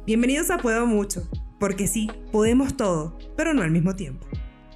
Bienvenidos a Puedo Mucho, porque sí, podemos todo, pero no al mismo tiempo.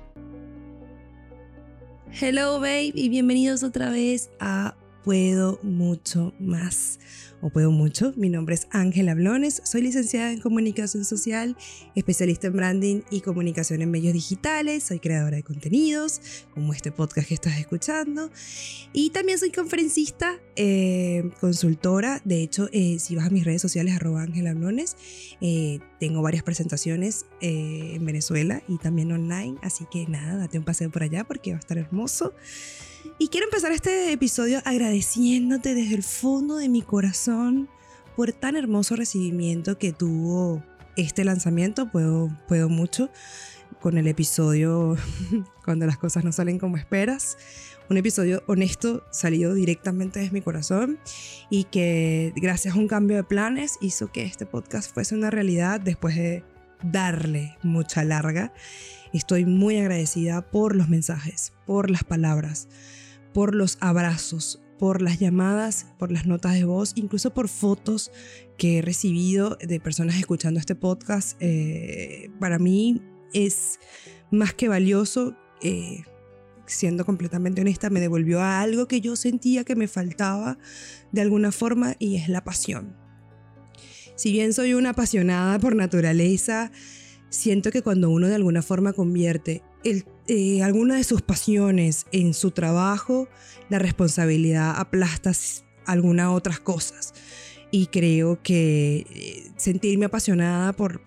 Hello babe y bienvenidos otra vez a Puedo Mucho Más o Puedo Mucho. Mi nombre es Ángela Blones, soy licenciada en Comunicación Social, especialista en branding y comunicación en medios digitales, soy creadora de contenidos, como este podcast que estás escuchando, y también soy conferencista, consultora. De hecho, si vas a mis redes sociales, @Ángela Blones, tengo varias presentaciones en Venezuela y también online, así que nada, date un paseo por allá porque va a estar hermoso. Y quiero empezar este episodio agradeciéndote desde el fondo de mi corazón por tan hermoso recibimiento que tuvo este lanzamiento, Puedo Mucho, con el episodio Cuando las cosas no salen como esperas. Un episodio honesto, salido directamente desde mi corazón y que gracias a un cambio de planes hizo que este podcast fuese una realidad después de darle mucha larga. Estoy muy agradecida por los mensajes, por las palabras, por los abrazos, por las llamadas, por las notas de voz, incluso por fotos que he recibido de personas escuchando este podcast. Para mí es más que valioso. Siendo completamente honesta, me devolvió a algo que yo sentía que me faltaba de alguna forma, y es la pasión. Si bien soy una apasionada por naturaleza, siento que cuando uno de alguna forma convierte alguna de sus pasiones en su trabajo, la responsabilidad aplasta algunas otras cosas. Y creo que sentirme apasionada por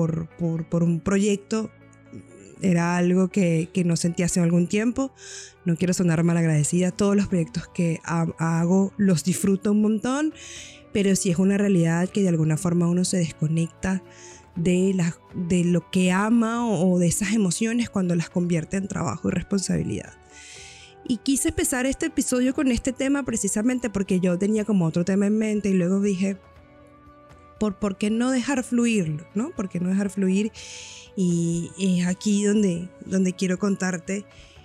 un proyecto era algo que no sentía hace algún tiempo. No quiero sonar malagradecida, todos los proyectos que hago los disfruto un montón, pero sí es una realidad que de alguna forma uno se desconecta de lo que ama o de esas emociones cuando las convierte en trabajo y responsabilidad. Y quise empezar este episodio con este tema precisamente porque yo tenía como otro tema en mente y luego dije, ¿por qué no dejar fluirlo? ¿No? ¿Por qué no dejar fluir? Y es aquí donde quiero contarte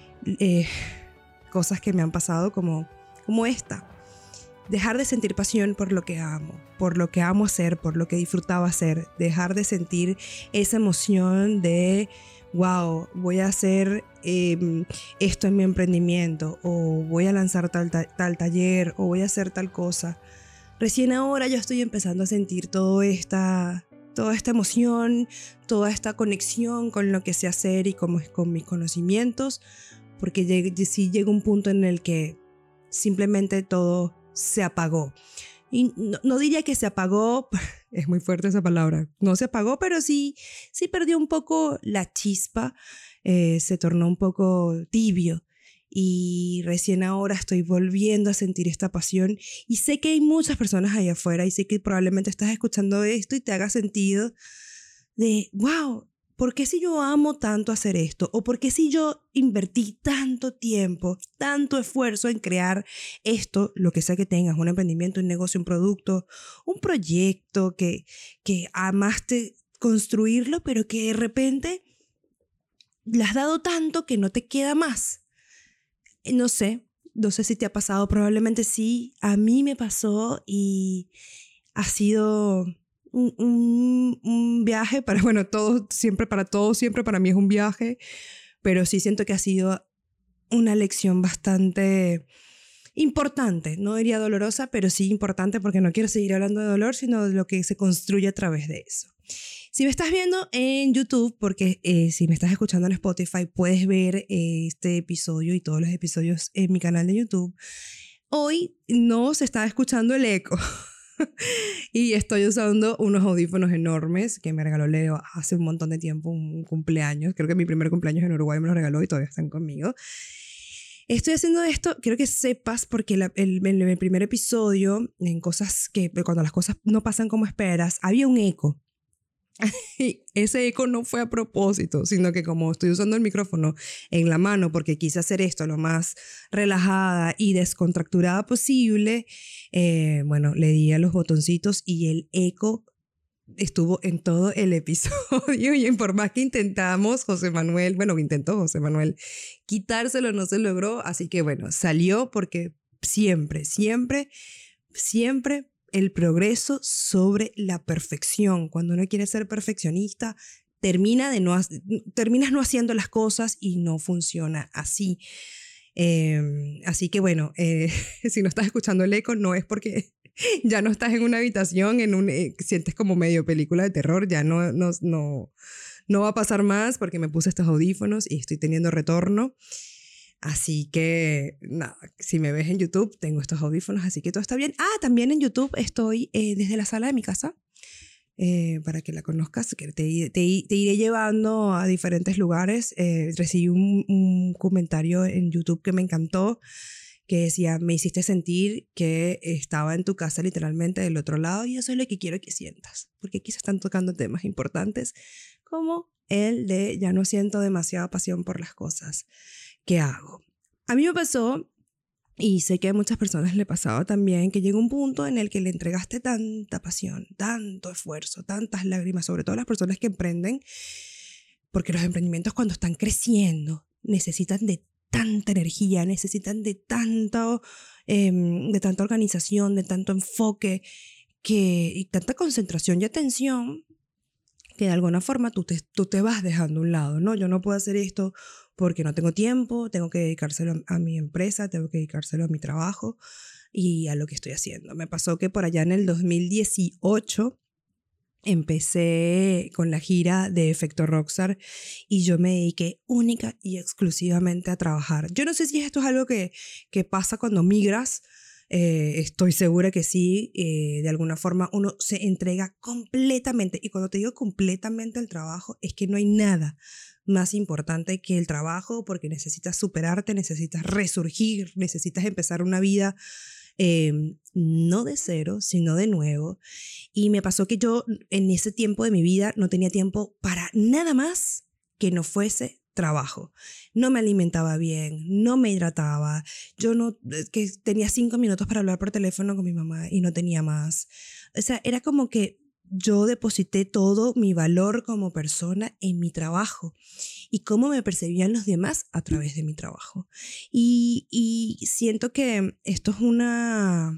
cosas que me han pasado como esta. Dejar de sentir pasión por lo que amo hacer, por lo que disfrutaba hacer. Dejar de sentir esa emoción de, wow, voy a hacer esto en mi emprendimiento, o voy a lanzar tal taller, o voy a hacer tal cosa. Recién ahora yo estoy empezando a sentir toda esta emoción, toda esta conexión con lo que sé hacer y con mis conocimientos, porque sí llega un punto en el que simplemente todo se apagó. Y no diría que se apagó, es muy fuerte esa palabra, no se apagó, pero sí perdió un poco la chispa, se tornó un poco tibio. Y recién ahora estoy volviendo a sentir esta pasión, y sé que hay muchas personas allá afuera, y sé que probablemente estás escuchando esto y te haga sentido de, wow, ¿por qué si yo amo tanto hacer esto? ¿O por qué si yo invertí tanto tiempo, tanto esfuerzo en crear esto, lo que sea que tengas, un emprendimiento, un negocio, un producto, un proyecto que amaste construirlo, pero que de repente le has dado tanto que no te queda más? No sé si te ha pasado, probablemente sí. A mí me pasó y ha sido un viaje siempre para mí es un viaje, pero sí siento que ha sido una lección bastante importante. No diría dolorosa, pero sí importante, porque no quiero seguir hablando de dolor, sino de lo que se construye a través de eso. Si me estás viendo en YouTube, porque si me estás escuchando en Spotify, puedes ver este episodio y todos los episodios en mi canal de YouTube. Hoy no se está escuchando el eco y estoy usando unos audífonos enormes que me regaló Leo hace un montón de tiempo, un cumpleaños. Creo que mi primer cumpleaños en Uruguay me lo regaló y todavía están conmigo. Estoy haciendo esto, quiero que sepas, porque el primer episodio, en cosas que cuando las cosas no pasan como esperas, había un eco. Y ese eco no fue a propósito, sino que como estoy usando el micrófono en la mano porque quise hacer esto lo más relajada y descontracturada posible, le di a los botoncitos y el eco estuvo en todo el episodio. Y por más que intentamos, José Manuel quitárselo, no se logró. Así que salió, porque siempre el progreso sobre la perfección. Cuando uno quiere ser perfeccionista, terminas no haciendo las cosas y no funciona así. Así que bueno, si no estás escuchando el eco, no es porque ya no estás en una habitación, sientes como medio película de terror, ya no va a pasar más porque me puse estos audífonos y estoy teniendo retorno. Así que, nada, si me ves en YouTube, tengo estos audífonos, así que todo está bien. También en YouTube estoy desde la sala de mi casa, para que la conozcas, que te iré llevando a diferentes lugares. Recibí un comentario en YouTube que me encantó, que decía, me hiciste sentir que estaba en tu casa literalmente del otro lado, y eso es lo que quiero que sientas, porque aquí se están tocando temas importantes como el de ya no siento demasiada pasión por las cosas que hago. A mí me pasó, y sé que a muchas personas le pasaba también, que llega un punto en el que le entregaste tanta pasión, tanto esfuerzo, tantas lágrimas, sobre todo las personas que emprenden, porque los emprendimientos cuando están creciendo necesitan de tanta energía, necesitan de tanta organización, de tanto enfoque y tanta concentración y atención, que de alguna forma tú te vas dejando a un lado, ¿no? Yo no puedo hacer esto porque no tengo tiempo, tengo que dedicárselo a mi empresa, tengo que dedicárselo a mi trabajo y a lo que estoy haciendo. Me pasó que por allá en el 2018 empecé con la gira de Efecto Rockstar y yo me dediqué única y exclusivamente a trabajar. Yo no sé si esto es algo que pasa cuando migras. Estoy segura que sí. De alguna forma uno se entrega completamente, y cuando te digo completamente al trabajo es que no hay nada más importante que el trabajo, porque necesitas superarte, necesitas resurgir, necesitas empezar una vida no de cero, sino de nuevo. Y me pasó que yo en ese tiempo de mi vida no tenía tiempo para nada más que no fuese trabajo. No me alimentaba bien, no me hidrataba. Yo no, que tenía 5 minutos para hablar por teléfono con mi mamá y no tenía más. O sea, era como que yo deposité todo mi valor como persona en mi trabajo y cómo me percibían los demás a través de mi trabajo. Y siento que esto es una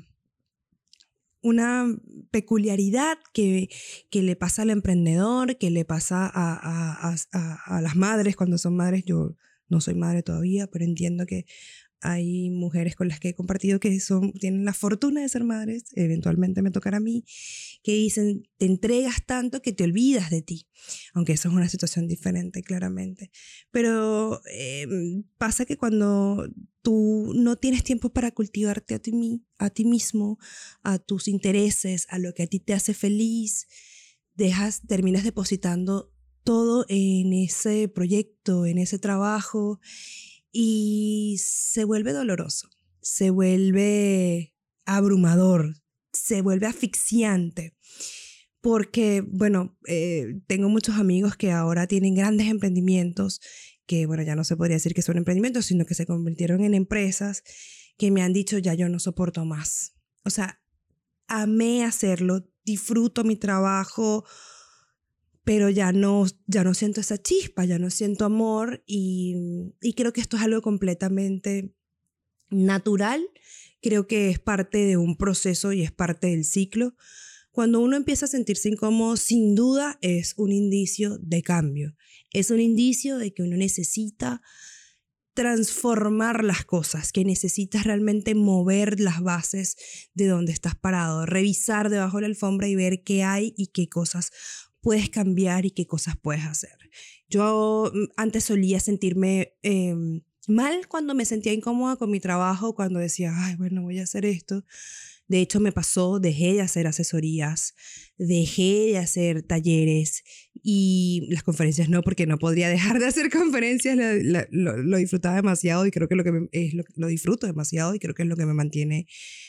peculiaridad que le pasa al emprendedor, que le pasa a las madres cuando son madres. Yo no soy madre todavía, pero entiendo que hay mujeres con las que he compartido que tienen la fortuna de ser madres, eventualmente me tocará a mí, que dicen, te entregas tanto que te olvidas de ti, aunque eso es una situación diferente, claramente. Pero pasa que cuando tú no tienes tiempo para cultivarte a ti mismo, a tus intereses, a lo que a ti te hace feliz, terminas depositando todo en ese proyecto, en ese trabajo, y se vuelve doloroso, se vuelve abrumador, se vuelve asfixiante. Porque, bueno, tengo muchos amigos que ahora tienen grandes emprendimientos, que, bueno, ya no se podría decir que son emprendimientos, sino que se convirtieron en empresas, que me han dicho, ya yo no soporto más. O sea, amé hacerlo, disfruto mi trabajo, pero ya no siento esa chispa, ya no siento amor, y creo que esto es algo completamente natural. Creo que es parte de un proceso y es parte del ciclo. Cuando uno empieza a sentirse incómodo, sin duda es un indicio de cambio. Es un indicio de que uno necesita transformar las cosas, que necesitas realmente mover las bases de donde estás parado, revisar debajo de la alfombra y ver qué hay y qué cosas puedes cambiar y qué cosas puedes hacer. Yo antes solía sentirme mal cuando me sentía incómoda con mi trabajo, cuando decía, ay, bueno, voy a hacer esto. De hecho, me pasó, dejé de hacer asesorías, dejé de hacer talleres y las conferencias no, porque no podría dejar de hacer conferencias. Lo disfrutaba demasiado y creo que lo disfruto demasiado y creo que es lo que me mantiene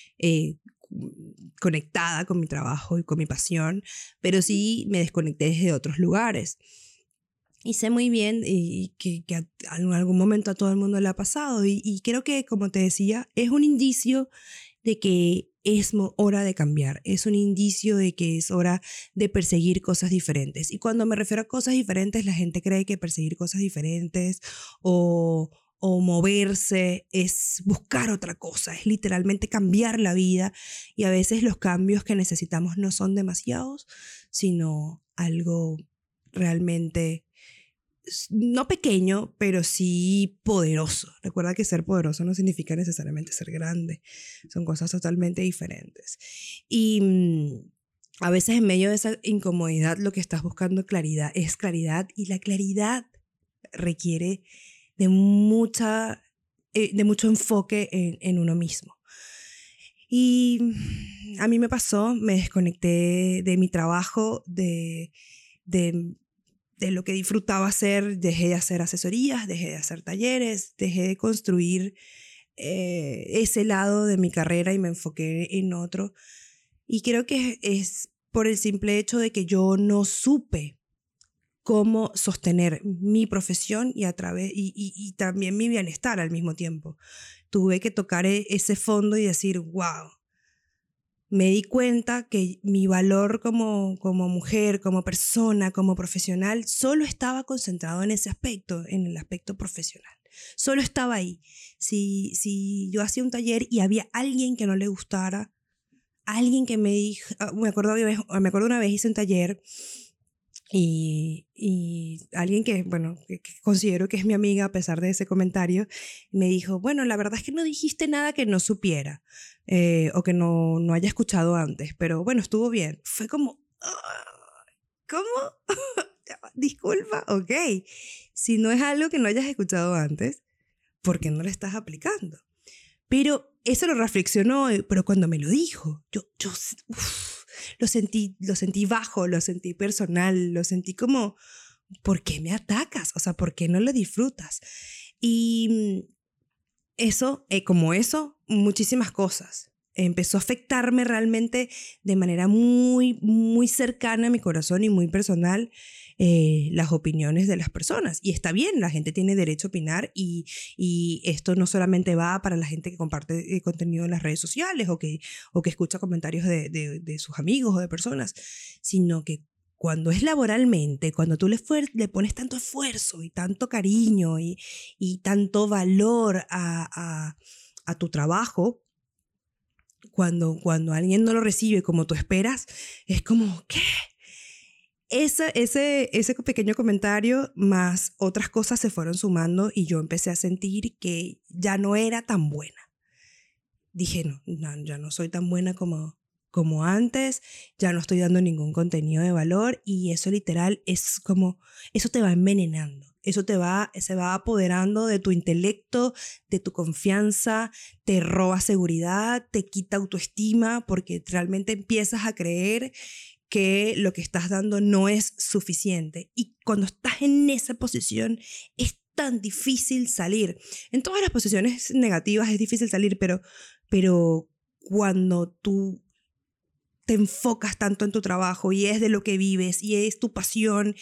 conectada con mi trabajo y con mi pasión, pero sí me desconecté desde otros lugares. Y sé muy bien que en algún momento a todo el mundo le ha pasado, y creo que, como te decía, es un indicio de que es hora de cambiar, es un indicio de que es hora de perseguir cosas diferentes. Y cuando me refiero a cosas diferentes, la gente cree que perseguir cosas diferentes o o moverse, es buscar otra cosa, es literalmente cambiar la vida. Y a veces los cambios que necesitamos no son demasiados, sino algo realmente no pequeño, pero sí poderoso. Recuerda que ser poderoso no significa necesariamente ser grande. Son cosas totalmente diferentes. Y a veces en medio de esa incomodidad lo que estás buscando claridad es claridad, y la claridad requiere de mucho enfoque en uno mismo. Y a mí me pasó, me desconecté de mi trabajo, de lo que disfrutaba hacer, dejé de hacer asesorías, dejé de hacer talleres, dejé de construir ese lado de mi carrera y me enfoqué en otro. Y creo que es por el simple hecho de que yo no supe cómo sostener mi profesión y también mi bienestar al mismo tiempo. Tuve que tocar ese fondo y decir, wow, me di cuenta que mi valor como mujer, como persona, como profesional, solo estaba concentrado en ese aspecto, en el aspecto profesional. Solo estaba ahí. Si yo hacía un taller y había alguien que no le gustara, alguien que me dijo, me acuerdo una vez hice un taller y alguien que, bueno, que considero que es mi amiga a pesar de ese comentario, me dijo, bueno, la verdad es que no dijiste nada que no supiera o que no haya escuchado antes, pero bueno, estuvo bien. Fue como, ¿cómo? Disculpa, ok. Si no es algo que no hayas escuchado antes, ¿por qué no lo estás aplicando? Pero eso lo reflexionó, pero cuando me lo dijo, lo sentí bajo, lo sentí personal, lo sentí como, ¿por qué me atacas? O sea, ¿por qué no lo disfrutas? Y como eso, muchísimas cosas. Empezó a afectarme realmente de manera muy, muy cercana a mi corazón y muy personal las opiniones de las personas. Y está bien, la gente tiene derecho a opinar y esto no solamente va para la gente que comparte contenido en las redes sociales o que escucha comentarios de sus amigos o de personas, sino que cuando es laboralmente, cuando tú le pones tanto esfuerzo y tanto cariño y tanto valor a tu trabajo, cuando alguien no lo recibe como tú esperas, es como, ¿qué? Ese pequeño comentario más otras cosas se fueron sumando y yo empecé a sentir que ya no era tan buena. Dije, no, ya no soy tan buena como antes, ya no estoy dando ningún contenido de valor, y eso literal es como, eso te va envenenando, se va apoderando de tu intelecto, de tu confianza, te roba seguridad, te quita autoestima, porque realmente empiezas a creer que lo que estás dando no es suficiente. Y cuando estás en esa posición es tan difícil salir. En todas las posiciones negativas es difícil salir, pero cuando tú te enfocas tanto en tu trabajo y es de lo que vives y es tu pasión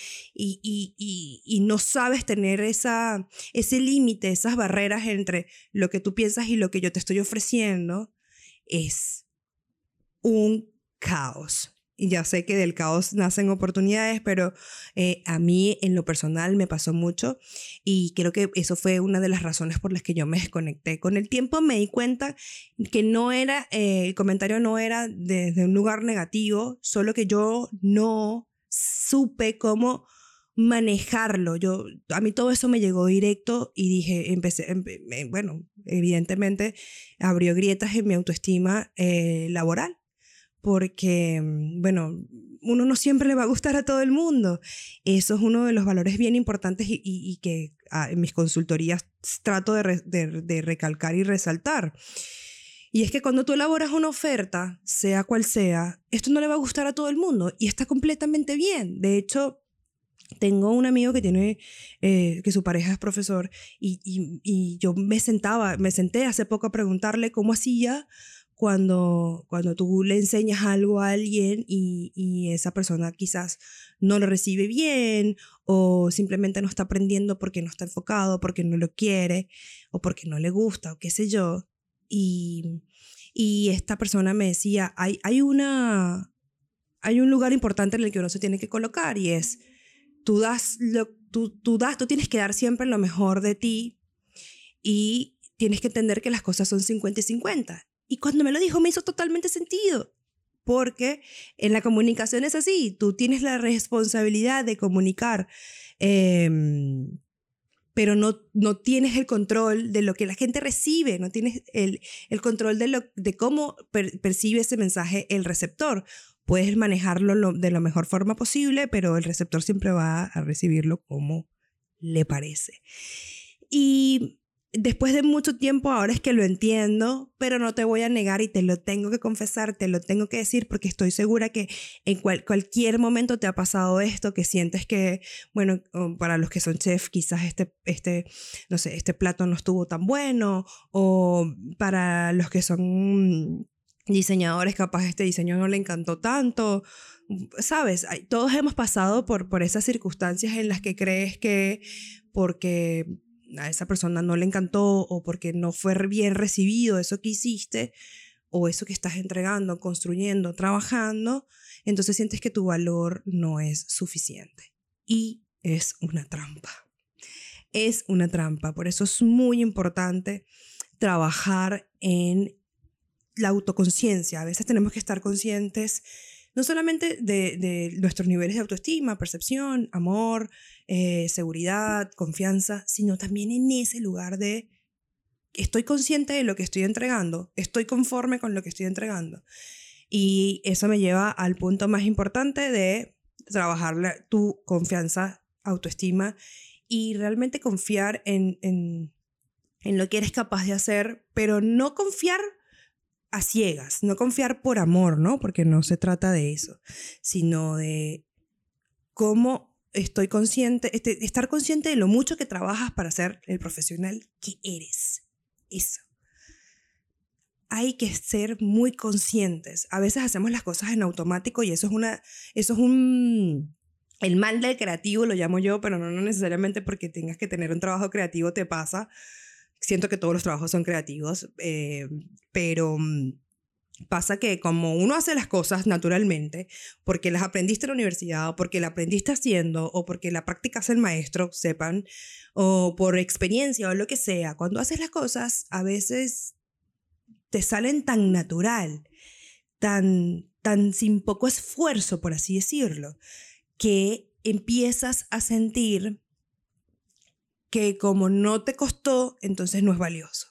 y no sabes tener ese límite, esas barreras entre lo que tú piensas y lo que yo te estoy ofreciendo, es un caos. Y ya sé que del caos nacen oportunidades, pero a mí en lo personal me pasó mucho y creo que eso fue una de las razones por las que yo me desconecté. Con el tiempo me di cuenta que el comentario no era desde un lugar negativo, solo que yo no supe cómo manejarlo. A mí todo eso me llegó directo y dije, bueno, evidentemente abrió grietas en mi autoestima laboral. Porque, bueno, uno no siempre le va a gustar a todo el mundo. Eso es uno de los valores bien importantes y que en mis consultorías trato de recalcar y resaltar. Y es que cuando tú elaboras una oferta, sea cual sea, esto no le va a gustar a todo el mundo y está completamente bien. De hecho, tengo un amigo que tiene, que su pareja es profesor y yo me senté hace poco a preguntarle cómo hacía cuando tú le enseñas algo a alguien y esa persona quizás no lo recibe bien o simplemente no está aprendiendo porque no está enfocado, porque no lo quiere o porque no le gusta o qué sé yo. Y esta persona me decía, hay un lugar importante en el que uno se tiene que colocar y es, tú tienes que dar siempre lo mejor de ti y tienes que entender que las cosas son 50 y 50. Y cuando me lo dijo me hizo totalmente sentido, porque en la comunicación es así, tú tienes la responsabilidad de comunicar, pero no tienes el control de lo que la gente recibe, no tienes el control de cómo percibe ese mensaje el receptor. Puedes manejarlo de la mejor forma posible, pero el receptor siempre va a recibirlo como le parece. Y después de mucho tiempo, ahora es que lo entiendo, pero no te voy a negar y te lo tengo que confesar, te lo tengo que decir, porque estoy segura que en cualquier momento te ha pasado esto, que sientes que, bueno, para los que son chefs, quizás no sé, este plato no estuvo tan bueno, o para los que son diseñadores, capaz este diseño no le encantó tanto. Sabes, todos hemos pasado por esas circunstancias en las que crees que porque a esa persona no le encantó o porque no fue bien recibido eso que hiciste o eso que estás entregando, construyendo, trabajando, entonces sientes que tu valor no es suficiente. Y es una trampa. Es una trampa. Por eso es muy importante trabajar en la autoconciencia. A veces tenemos que estar conscientes no solamente de nuestros niveles de autoestima, percepción, amor, seguridad, confianza, sino también en ese lugar de estoy consciente de lo que estoy entregando, estoy conforme con lo que estoy entregando. Y eso me lleva al punto más importante de trabajar tu confianza, autoestima y realmente confiar en lo que eres capaz de hacer, pero no confiar a ciegas, no confiar por amor, ¿no? Porque no se trata de eso, sino de cómo estoy consciente, estar consciente de lo mucho que trabajas para ser el profesional que eres. Eso. Hay que ser muy conscientes. A veces hacemos las cosas en automático y eso es el mal del creativo, lo llamo yo, pero no necesariamente porque tengas que tener un trabajo creativo te pasa. Siento que todos los trabajos son creativos, pero pasa que como uno hace las cosas naturalmente, porque las aprendiste en la universidad, o porque la aprendiste haciendo, o porque la práctica hace el maestro, sepan, o por experiencia o lo que sea, cuando haces las cosas a veces te salen tan natural, tan sin poco esfuerzo, por así decirlo, que empiezas a sentir que como no te costó, entonces no es valioso.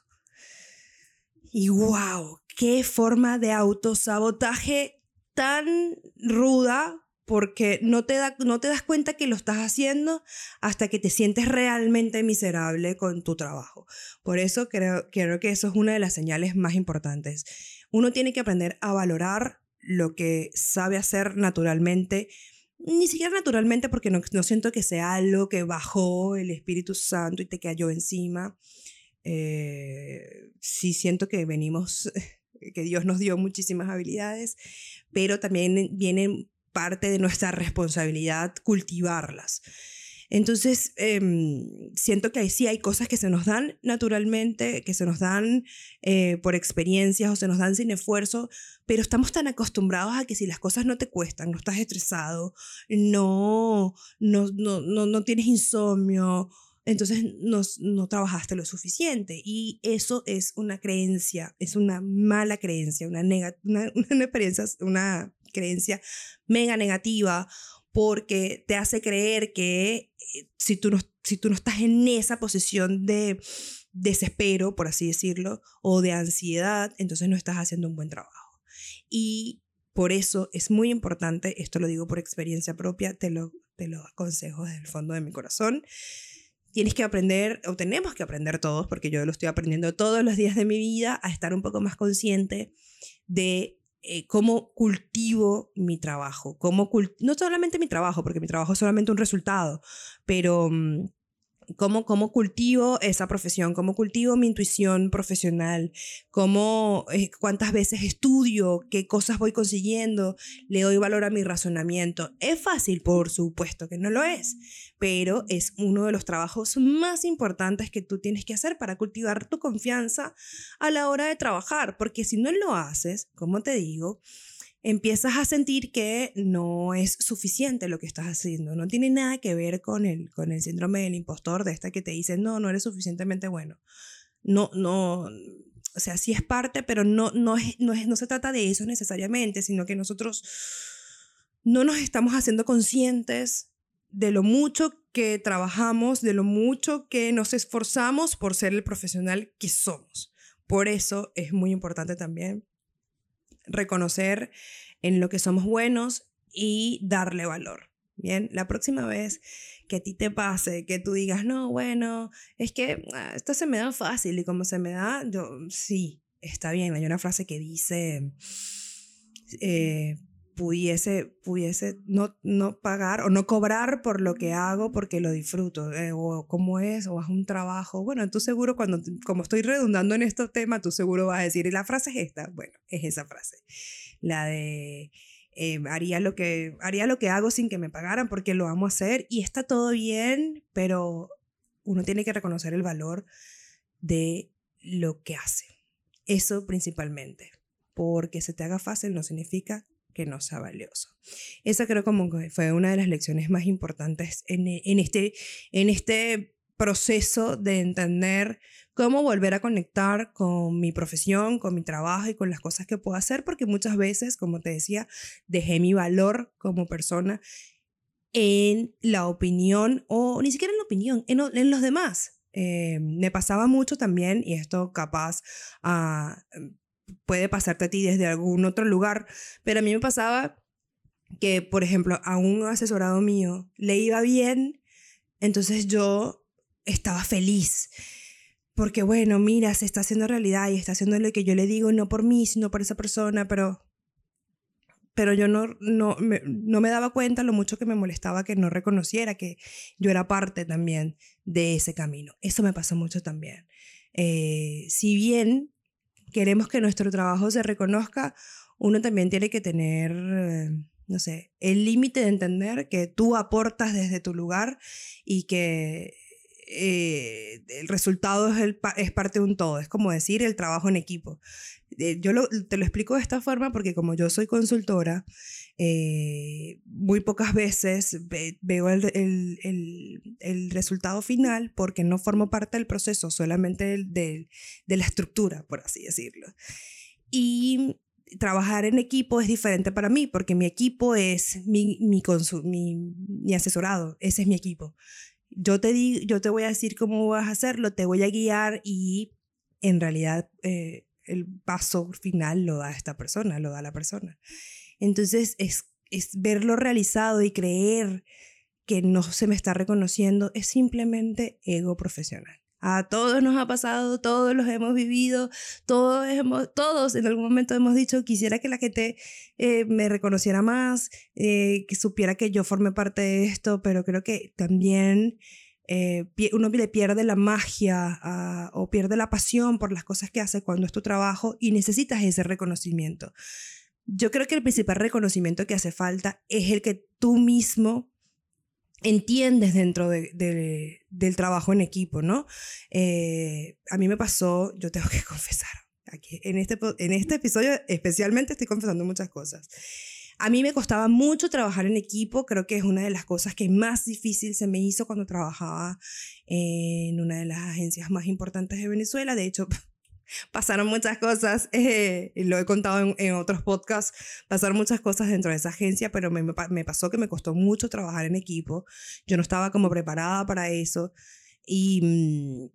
Y wow, qué forma de autosabotaje tan ruda, porque no te das cuenta que lo estás haciendo hasta que te sientes realmente miserable con tu trabajo. Por eso creo que eso es una de las señales más importantes. Uno tiene que aprender a valorar lo que sabe hacer naturalmente. Ni siquiera naturalmente, porque no siento que sea algo que bajó el Espíritu Santo y te cayó encima. Sí siento que que Dios nos dio muchísimas habilidades, pero también viene parte de nuestra responsabilidad cultivarlas. Entonces, siento que sí hay cosas que se nos dan naturalmente, que se nos dan por experiencias o se nos dan sin esfuerzo, pero estamos tan acostumbrados a que si las cosas no te cuestan, no estás estresado, no tienes insomnio, entonces no trabajaste lo suficiente. Y eso es una creencia, es una mala creencia, una creencia mega negativa, porque te hace creer que si tú no estás en esa posición de desespero, por así decirlo, o de ansiedad, entonces no estás haciendo un buen trabajo. Y por eso es muy importante, esto lo digo por experiencia propia, te lo aconsejo desde el fondo de mi corazón. Tienes que aprender, o tenemos que aprender todos, porque yo lo estoy aprendiendo todos los días de mi vida, a estar un poco más consciente de cómo cultivo mi trabajo, no solamente mi trabajo, porque mi trabajo es solamente un resultado, pero cómo cultivo esa profesión, cómo cultivo mi intuición profesional, cuántas veces estudio, qué cosas voy consiguiendo, le doy valor a mi razonamiento. ¿Es fácil? Por supuesto que no lo es, pero es uno de los trabajos más importantes que tú tienes que hacer para cultivar tu confianza a la hora de trabajar, porque si no lo haces, como te digo, empiezas a sentir que no es suficiente lo que estás haciendo. No tiene nada que ver con el síndrome del impostor, de esta que te dicen, no eres suficientemente bueno. o sea, sí es parte, pero no se trata de eso necesariamente, sino que nosotros no nos estamos haciendo conscientes de lo mucho que trabajamos, de lo mucho que nos esforzamos por ser el profesional que somos. Por eso es muy importante también reconocer en lo que somos buenos y darle valor. Bien, la próxima vez que a ti te pase, que tú digas, no, bueno, es que esto se me da fácil y como se me da, yo sí, está bien. Hay una frase que dice, pudiese no pagar o no cobrar por lo que hago porque lo disfruto, o cómo es, o es un trabajo. Bueno, tú seguro como estoy redundando en este tema, tú seguro vas a decir, y la frase es esta, bueno, es esa frase, la de haría lo que hago sin que me pagaran porque lo amo hacer y está todo bien, pero uno tiene que reconocer el valor de lo que hace. Eso principalmente, porque se te haga fácil no significa que no sea valioso. Esa creo como que fue una de las lecciones más importantes en este proceso de entender cómo volver a conectar con mi profesión, con mi trabajo y con las cosas que puedo hacer, porque muchas veces, como te decía, dejé mi valor como persona en la opinión, o ni siquiera en la opinión, en los demás. Me pasaba mucho también, y esto capaz puede pasarte a ti desde algún otro lugar, pero a mí me pasaba que, por ejemplo, a un asesorado mío le iba bien, entonces yo estaba feliz. Porque bueno, mira, se está haciendo realidad y está haciendo lo que yo le digo, no por mí, sino por esa persona, pero yo no me daba cuenta lo mucho que me molestaba que no reconociera que yo era parte también de ese camino. Eso me pasó mucho también. Si bien queremos que nuestro trabajo se reconozca, uno también tiene que tener, no sé, el límite de entender que tú aportas desde tu lugar y que el resultado es parte de un todo. Es como decir el trabajo en equipo. Te lo explico de esta forma porque como yo soy consultora, muy pocas veces veo el resultado final porque no formo parte del proceso, solamente de la estructura, por así decirlo. Y trabajar en equipo es diferente para mí porque mi equipo es mi asesorado, ese es mi equipo. Yo te voy a decir cómo vas a hacerlo, te voy a guiar y en realidad el paso final lo da esta persona, lo da la persona. Entonces es verlo realizado y creer que no se me está reconociendo es simplemente ego profesional. A todos nos ha pasado, todos los hemos vivido, todos en algún momento hemos dicho, quisiera que la gente me reconociera más, que supiera que yo formé parte de esto, pero creo que también uno le pierde la magia o pierde la pasión por las cosas que hace cuando es tu trabajo y necesitas ese reconocimiento. Yo creo que el principal reconocimiento que hace falta es el que tú mismo entiendes dentro del trabajo en equipo, ¿no? A mí me pasó, yo tengo que confesar, aquí en este episodio especialmente estoy confesando muchas cosas. A mí me costaba mucho trabajar en equipo, creo que es una de las cosas que más difícil se me hizo cuando trabajaba en una de las agencias más importantes de Venezuela. De hecho, pasaron muchas cosas, lo he contado en otros podcasts, pasaron muchas cosas dentro de esa agencia, pero me pasó que me costó mucho trabajar en equipo. Yo no estaba como preparada para eso y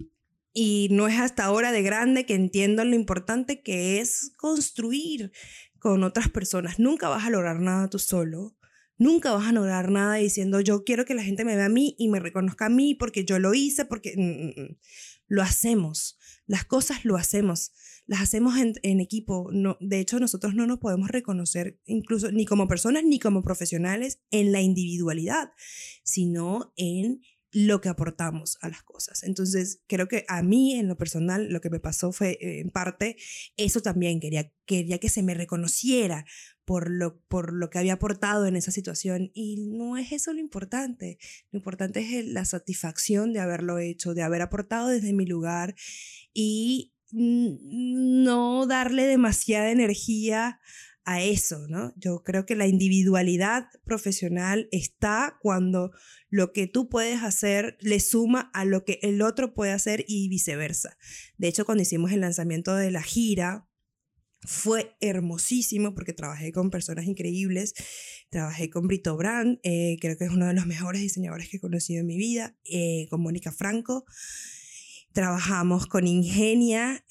no es hasta ahora de grande que entiendo lo importante que es construir con otras personas. Nunca vas a lograr nada tú solo. Nunca vas a lograr nada diciendo yo quiero que la gente me vea a mí y me reconozca a mí porque yo lo hice, porque lo hacemos. Las cosas lo hacemos, las hacemos en equipo. No, de hecho, nosotros no nos podemos reconocer incluso ni como personas ni como profesionales en la individualidad, sino en lo que aportamos a las cosas. Entonces, creo que a mí, en lo personal, lo que me pasó fue, en parte, eso también. Quería que se me reconociera por lo que había aportado en esa situación. Y no es eso lo importante. Lo importante es la satisfacción de haberlo hecho, de haber aportado desde mi lugar y no darle demasiada energía a eso, ¿no? Yo creo que la individualidad profesional está cuando lo que tú puedes hacer le suma a lo que el otro puede hacer y viceversa. De hecho, cuando hicimos el lanzamiento de la gira, fue hermosísimo porque trabajé con personas increíbles. Trabajé con Brito Brand, creo que es uno de los mejores diseñadores que he conocido en mi vida, con Mónica Franco. Trabajamos con Ingenia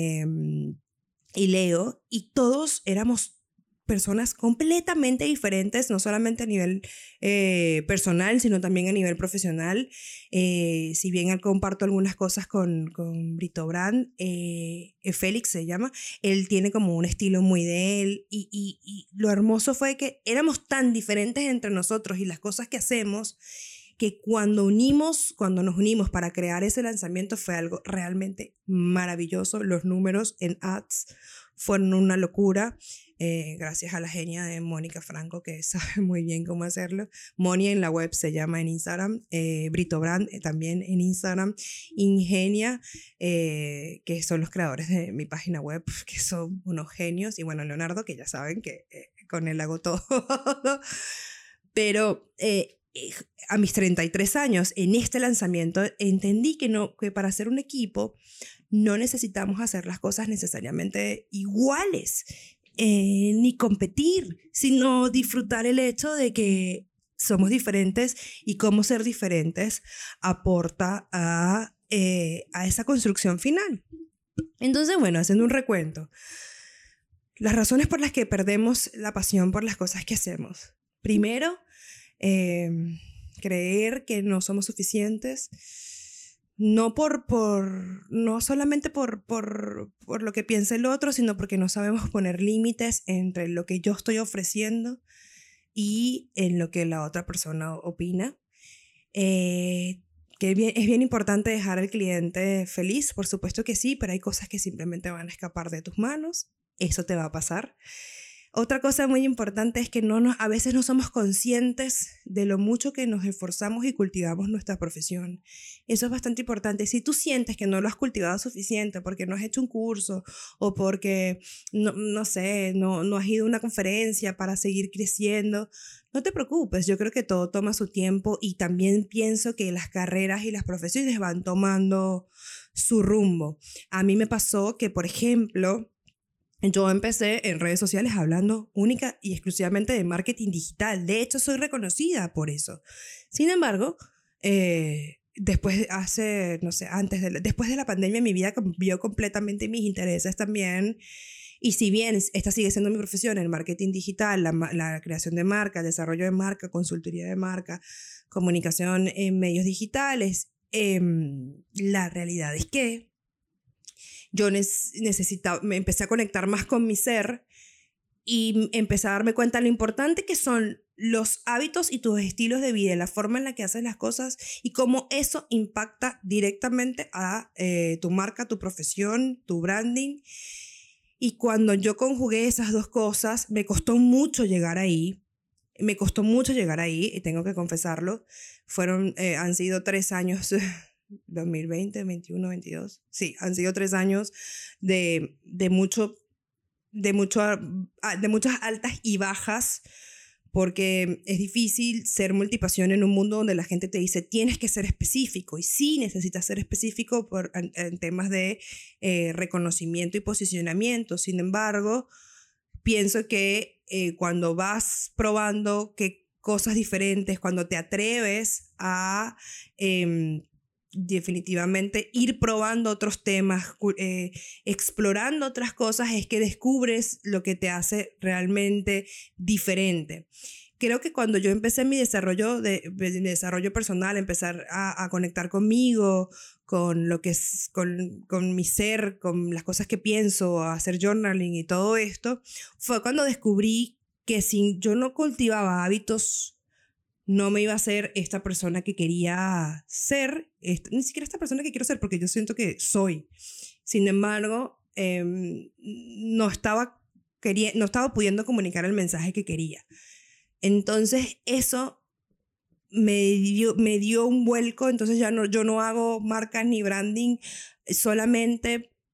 y Leo, y todos éramos personas completamente diferentes, no solamente a nivel personal, sino también a nivel profesional. Si bien comparto algunas cosas con Brito Brand, Félix se llama, él tiene como un estilo muy de él, y lo hermoso fue que éramos tan diferentes entre nosotros y las cosas que hacemos, que cuando nos unimos para crear ese lanzamiento fue algo realmente maravilloso. Los números en ads fueron una locura, gracias a la genia de Mónica Franco, que sabe muy bien cómo hacerlo. Moni en la web se llama en Instagram, Brito Brand también en Instagram, Ingenia, que son los creadores de mi página web, que son unos genios, y bueno, Leonardo, que ya saben que con él hago todo. Pero a mis 33 años, en este lanzamiento, entendí que para hacer un equipo no necesitamos hacer las cosas necesariamente iguales, ni competir, sino disfrutar el hecho de que somos diferentes, y cómo ser diferentes aporta a esa construcción final. Entonces, bueno, haciendo un recuento, las razones por las que perdemos la pasión por las cosas que hacemos. Primero, creer que no somos suficientes, no solamente por lo que piensa el otro, sino porque no sabemos poner límites entre lo que yo estoy ofreciendo y en lo que la otra persona opina. Que es bien importante dejar al cliente feliz, por supuesto que sí, pero hay cosas que simplemente van a escapar de tus manos. Eso te va a pasar. Otra cosa muy importante es que a veces no somos conscientes de lo mucho que nos esforzamos y cultivamos nuestra profesión. Eso es bastante importante. Si tú sientes que no lo has cultivado suficiente porque no has hecho un curso, o porque, no sé, no has ido a una conferencia para seguir creciendo, no te preocupes. Yo creo que todo toma su tiempo, y también pienso que las carreras y las profesiones van tomando su rumbo. A mí me pasó que, por ejemplo, yo empecé en redes sociales hablando única y exclusivamente de marketing digital. De hecho, soy reconocida por eso. Sin embargo, después de la pandemia, mi vida cambió completamente, mis intereses también. Y si bien esta sigue siendo mi profesión, el marketing digital, la creación de marca, desarrollo de marca, consultoría de marca, comunicación en medios digitales, la realidad es que yo me empecé a conectar más con mi ser, y empecé a darme cuenta de lo importante que son los hábitos y tus estilos de vida, la forma en la que haces las cosas, y cómo eso impacta directamente a tu marca, tu profesión, tu branding. Y cuando yo conjugué esas dos cosas, me costó mucho llegar ahí, y tengo que confesarlo. Han sido 3 años 2020, 21, 22. Sí, han sido 3 años de muchas altas y bajas, porque es difícil ser multipasión en un mundo donde la gente te dice tienes que ser específico, y sí necesitas ser específico en temas de reconocimiento y posicionamiento. Sin embargo, pienso que cuando vas probando cosas diferentes, cuando te atreves a definitivamente ir probando otros temas, explorando otras cosas, es que descubres lo que te hace realmente diferente. Creo que cuando yo empecé mi desarrollo personal, empezar a conectar conmigo, con lo que es, con mi ser, con las cosas que pienso, a hacer journaling y todo esto, fue cuando descubrí que si yo no cultivaba hábitos, no me iba a ser esta persona que quería ser, ni siquiera esta persona que quiero ser, porque yo siento que soy. Sin embargo, no estaba pudiendo comunicar el mensaje que quería. Entonces eso me dio un vuelco. Entonces yo no hago marcas ni branding solamente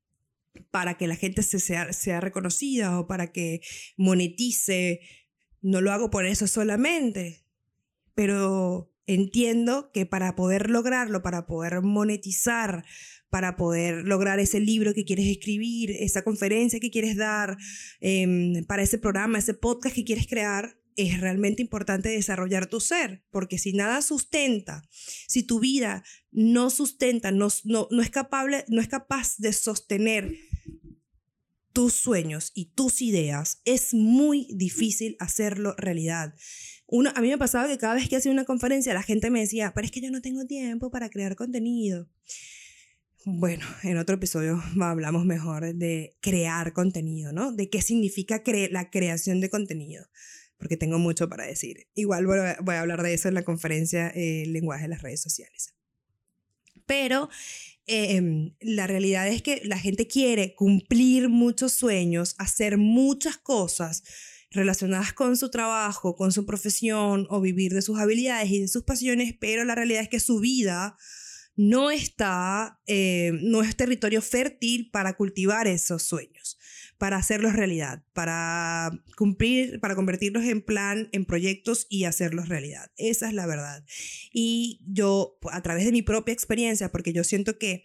para que la gente sea reconocida o para que monetice. No lo hago por eso solamente, pero entiendo que para poder lograrlo, para poder monetizar, para poder lograr ese libro que quieres escribir, esa conferencia que quieres dar, para ese programa, ese podcast que quieres crear, es realmente importante desarrollar tu ser, porque si nada sustenta, si tu vida no sustenta, no es capaz de sostener tus sueños y tus ideas, es muy difícil hacerlo realidad. A mí me pasaba que cada vez que hacía una conferencia la gente me decía, pero es que yo no tengo tiempo para crear contenido. Bueno, en otro episodio hablamos mejor de crear contenido, ¿no? De qué significa la creación de contenido, porque tengo mucho para decir. Igual voy a hablar de eso en la conferencia El lenguaje de las redes sociales. Pero la realidad es que la gente quiere cumplir muchos sueños, hacer muchas cosas relacionadas con su trabajo, con su profesión o vivir de sus habilidades y de sus pasiones, pero la realidad es que su vida no es territorio fértil para cultivar esos sueños, para hacerlos realidad, para convertirlos en proyectos y hacerlos realidad. Esa es la verdad. Y yo, a través de mi propia experiencia, porque yo siento que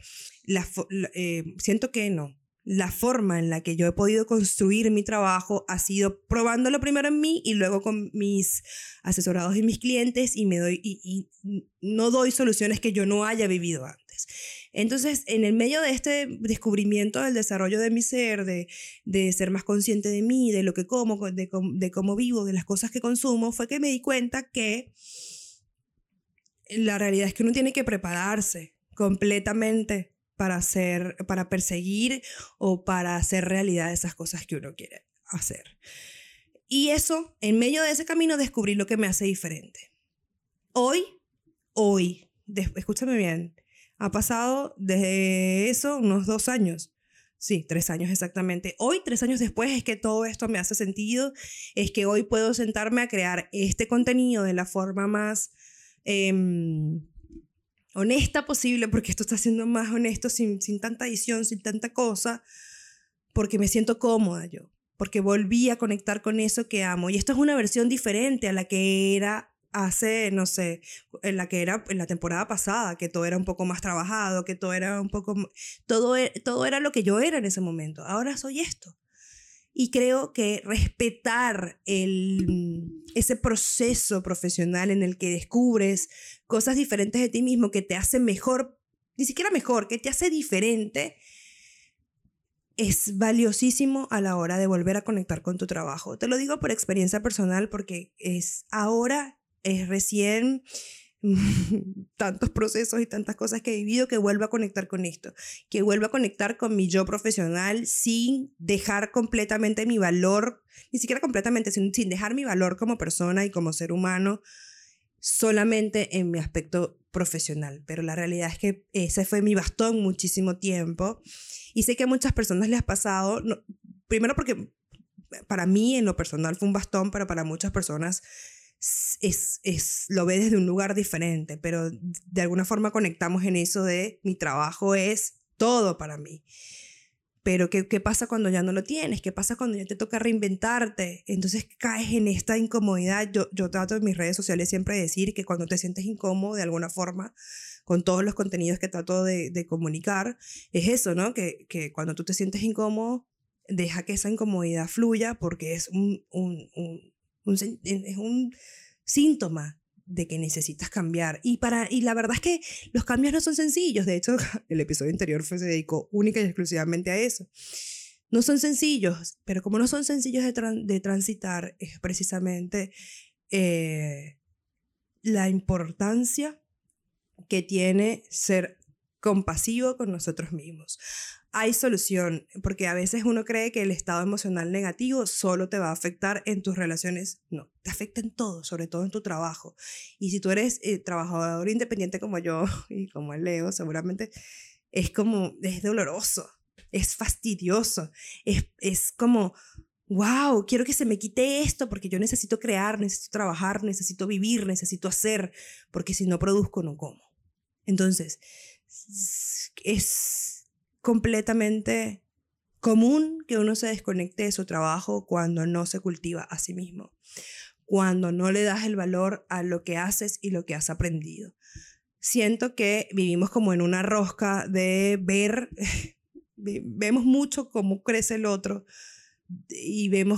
la forma en la que yo he podido construir mi trabajo ha sido probándolo primero en mí y luego con mis asesorados y mis clientes y no doy soluciones que yo no haya vivido antes. Entonces, en el medio de este descubrimiento del desarrollo de mi ser, de ser más consciente de mí, de lo que como, de cómo vivo, de las cosas que consumo, fue que me di cuenta que la realidad es que uno tiene que prepararse completamente para perseguir o para hacer realidad esas cosas que uno quiere hacer. Y eso, en medio de ese camino, descubrí lo que me hace diferente. Hoy, escúchame bien, ha pasado desde eso unos 2 años. Sí, 3 años exactamente. Hoy, 3 años después, es que todo esto me hace sentido, es que hoy puedo sentarme a crear este contenido de la forma más honesta posible, porque esto está siendo más honesto, sin tanta edición, sin tanta cosa, porque me siento cómoda yo, porque volví a conectar con eso que amo. Y esto es una versión diferente a la que era hace, no sé, en la que era en la temporada pasada, que todo era un poco más trabajado, que todo era un poco, todo era lo que yo era en ese momento. Ahora soy esto. Y creo que respetar ese proceso profesional en el que descubres cosas diferentes de ti mismo que te hacen mejor, ni siquiera mejor, que te hace diferente, es valiosísimo a la hora de volver a conectar con tu trabajo. Te lo digo por experiencia personal porque es recién tantos procesos y tantas cosas que he vivido que vuelvo a conectar con esto, que vuelvo a conectar con mi yo profesional sin dejar completamente mi valor, ni siquiera completamente, sin dejar mi valor como persona y como ser humano solamente en mi aspecto profesional. Pero la realidad es que ese fue mi bastón muchísimo tiempo y sé que a muchas personas les ha pasado, primero porque para mí en lo personal fue un bastón, pero para muchas personas lo ve desde un lugar diferente, pero de alguna forma conectamos en eso de mi trabajo es todo para mí. Pero ¿qué pasa cuando ya no lo tienes? ¿Qué pasa cuando ya te toca reinventarte? Entonces caes en esta incomodidad. Yo trato en mis redes sociales siempre de decir que cuando te sientes incómodo de alguna forma con todos los contenidos que trato de comunicar, es eso, ¿no? Que cuando tú te sientes incómodo, deja que esa incomodidad fluya porque es es un síntoma de que necesitas cambiar. Y la verdad es que los cambios no son sencillos. De hecho, el episodio anterior se dedicó única y exclusivamente a eso. No son sencillos, pero como no son sencillos de transitar, es precisamente la importancia que tiene ser compasivo con nosotros mismos. Hay solución, porque a veces uno cree que el estado emocional negativo solo te va a afectar en tus relaciones. No, te afecta en todo, sobre todo en tu trabajo. Y si tú eres trabajador independiente como yo y como el Leo, seguramente es doloroso, es fastidioso, es como, wow, quiero que se me quite esto porque yo necesito crear, necesito trabajar, necesito vivir, necesito hacer, porque si no produzco, no como. Entonces, es completamente común que uno se desconecte de su trabajo cuando no se cultiva a sí mismo, cuando no le das el valor a lo que haces y lo que has aprendido. Siento que vivimos como en una rosca de vemos mucho cómo crece el otro y vemos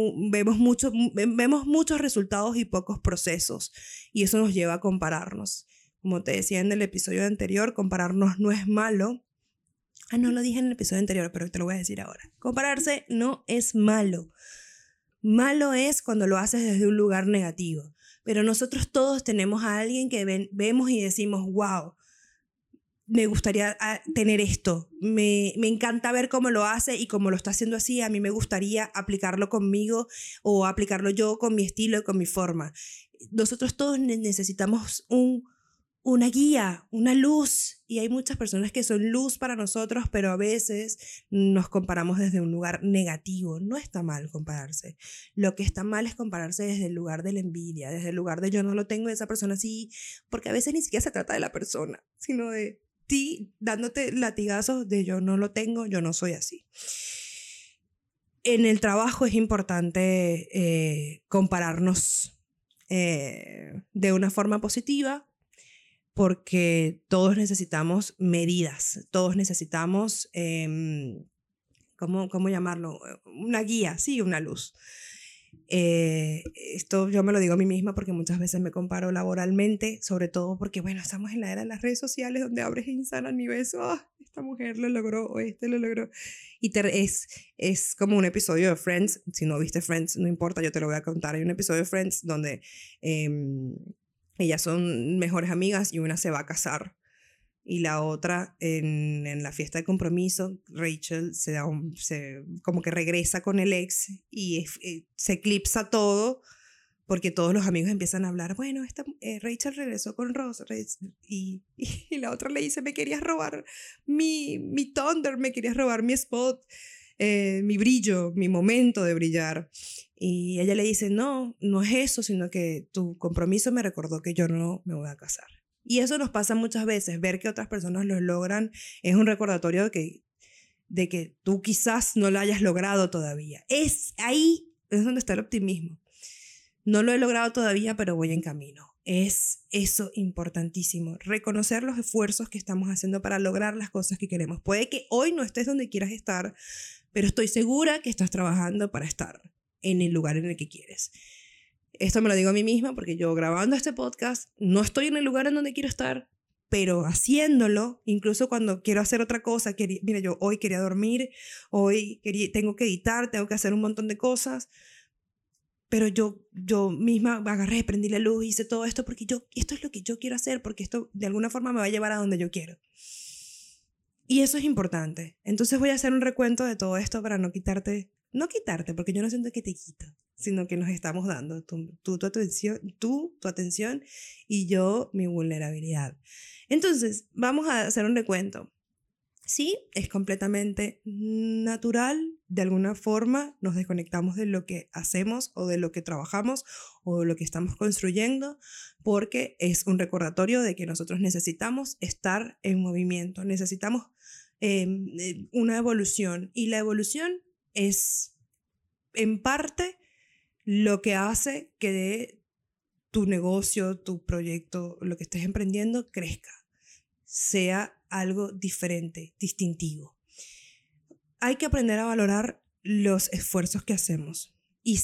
muchos resultados y pocos procesos, y eso nos lleva a compararnos. Como te decía en el episodio anterior, compararnos no es malo. No lo dije en el episodio anterior, pero te lo voy a decir ahora. Compararse no es malo. Malo es cuando lo haces desde un lugar negativo. Pero nosotros todos tenemos a alguien que vemos y decimos, wow, me gustaría tener esto. Me encanta ver cómo lo hace y cómo lo está haciendo así. A mí me gustaría aplicarlo conmigo o aplicarlo yo con mi estilo y con mi forma. Nosotros todos necesitamos una guía, una luz, y hay muchas personas que son luz para nosotros, pero a veces nos comparamos desde un lugar negativo. No está mal compararse. Lo que está mal es compararse desde el lugar de la envidia, desde el lugar de yo no lo tengo, esa persona sí, porque a veces ni siquiera se trata de la persona, sino de ti dándote latigazos de yo no lo tengo, yo no soy así. En el trabajo es importante compararnos de una forma positiva, porque todos necesitamos medidas, todos necesitamos, ¿cómo llamarlo? Una guía, sí, una luz. Esto yo me lo digo a mí misma porque muchas veces me comparo laboralmente, sobre todo porque, bueno, estamos en la era de las redes sociales donde abres Instagram y ves, oh, esta mujer lo logró o este lo logró. Y es como un episodio de Friends. Si no viste Friends, no importa, yo te lo voy a contar. Hay un episodio de Friends donde ellas son mejores amigas y una se va a casar. Y la otra, en la fiesta de compromiso, Rachel como que regresa con el ex y se eclipsa todo porque todos los amigos empiezan a hablar, bueno, Rachel regresó con Ross, y la otra le dice, me querías robar mi thunder, me querías robar mi spot, mi brillo, mi momento de brillar. Y ella le dice, no es eso, sino que tu compromiso me recordó que yo no me voy a casar. Y eso nos pasa muchas veces, ver que otras personas lo logran es un recordatorio de que tú quizás no lo hayas logrado todavía. Ahí es donde está el optimismo. No lo he logrado todavía, pero voy en camino. Es eso importantísimo, reconocer los esfuerzos que estamos haciendo para lograr las cosas que queremos. Puede que hoy no estés donde quieras estar, pero estoy segura que estás trabajando para estar en el lugar en el que quieres. Esto me lo digo a mí misma porque yo grabando este podcast no estoy en el lugar en donde quiero estar, pero haciéndolo, incluso cuando quiero hacer otra cosa, mira, yo hoy quería dormir, tengo que editar, tengo que hacer un montón de cosas, pero yo misma agarré, prendí la luz, hice todo esto porque esto es lo que yo quiero hacer, porque esto de alguna forma me va a llevar a donde yo quiero. Y eso es importante. Entonces voy a hacer un recuento de todo esto para no quitarte, porque yo no siento que te quito, sino que nos estamos dando tu atención y yo mi vulnerabilidad. Entonces, vamos a hacer un recuento. Sí, es completamente natural, de alguna forma nos desconectamos de lo que hacemos o de lo que trabajamos o de lo que estamos construyendo, porque es un recordatorio de que nosotros necesitamos estar en movimiento, necesitamos una evolución, y la evolución es en parte lo que hace que tu negocio, tu proyecto, lo que estés emprendiendo crezca, sea algo diferente, distintivo. Hay que aprender a valorar los esfuerzos que hacemos.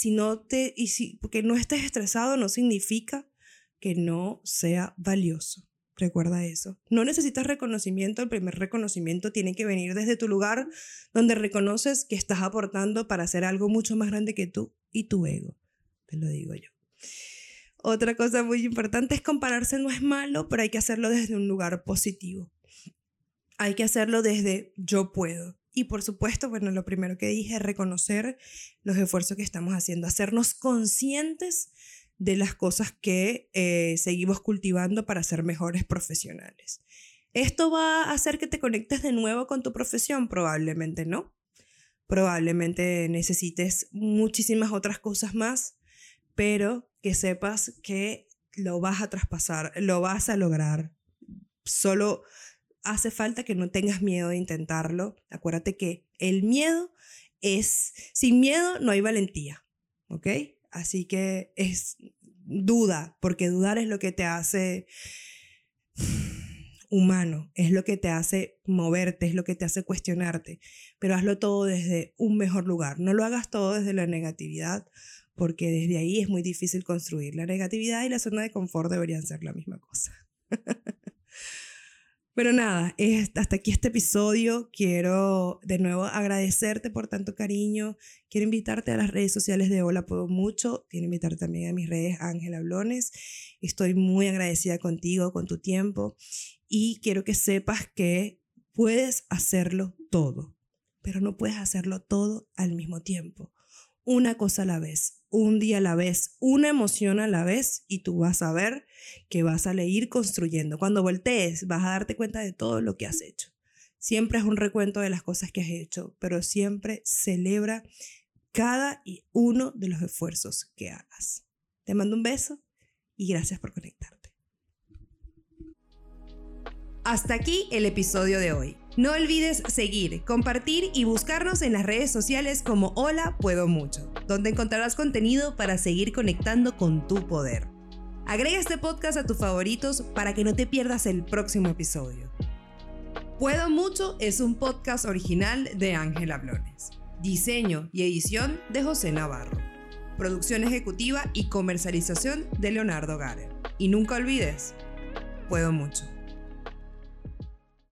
Porque no estés estresado no significa que no sea valioso. Recuerda eso. No necesitas reconocimiento. El primer reconocimiento tiene que venir desde tu lugar donde reconoces que estás aportando para hacer algo mucho más grande que tú y tu ego. Te lo digo yo. Otra cosa muy importante es compararse no es malo, pero hay que hacerlo desde un lugar positivo. Hay que hacerlo desde yo puedo. Y por supuesto, bueno, lo primero que dije es reconocer los esfuerzos que estamos haciendo, hacernos conscientes de las cosas que seguimos cultivando para ser mejores profesionales. ¿Esto va a hacer que te conectes de nuevo con tu profesión? Probablemente no. Probablemente necesites muchísimas otras cosas más, pero que sepas que lo vas a traspasar, lo vas a lograr. Solo hace falta que no tengas miedo de intentarlo. Acuérdate que el miedo sin miedo no hay valentía, ¿ok? Así que duda, porque dudar es lo que te hace humano, es lo que te hace moverte, es lo que te hace cuestionarte, pero hazlo todo desde un mejor lugar. No lo hagas todo desde la negatividad, porque desde ahí es muy difícil construir. La negatividad y la zona de confort deberían ser la misma cosa. Pero nada, hasta aquí este episodio. Quiero de nuevo agradecerte por tanto cariño. Quiero invitarte a las redes sociales de Hola Puedo Mucho. Quiero invitarte también a mis redes Ángel Hablones. Estoy muy agradecida contigo, con tu tiempo. Y quiero que sepas que puedes hacerlo todo, pero no puedes hacerlo todo al mismo tiempo. Una cosa a la vez, un día a la vez, una emoción a la vez, y tú vas a ver que vas a ir construyendo. Cuando voltees, vas a darte cuenta de todo lo que has hecho. Siempre es un recuento de las cosas que has hecho, pero siempre celebra cada uno de los esfuerzos que hagas. Te mando un beso y gracias por conectarte. Hasta aquí el episodio de hoy. No olvides seguir, compartir y buscarnos en las redes sociales como Hola Puedo Mucho, donde encontrarás contenido para seguir conectando con tu poder. Agrega este podcast a tus favoritos para que no te pierdas el próximo episodio. Puedo Mucho es un podcast original de Ángel Hablones. Diseño y edición de José Navarro. Producción ejecutiva y comercialización de Leonardo Garer. Y nunca olvides, puedo mucho.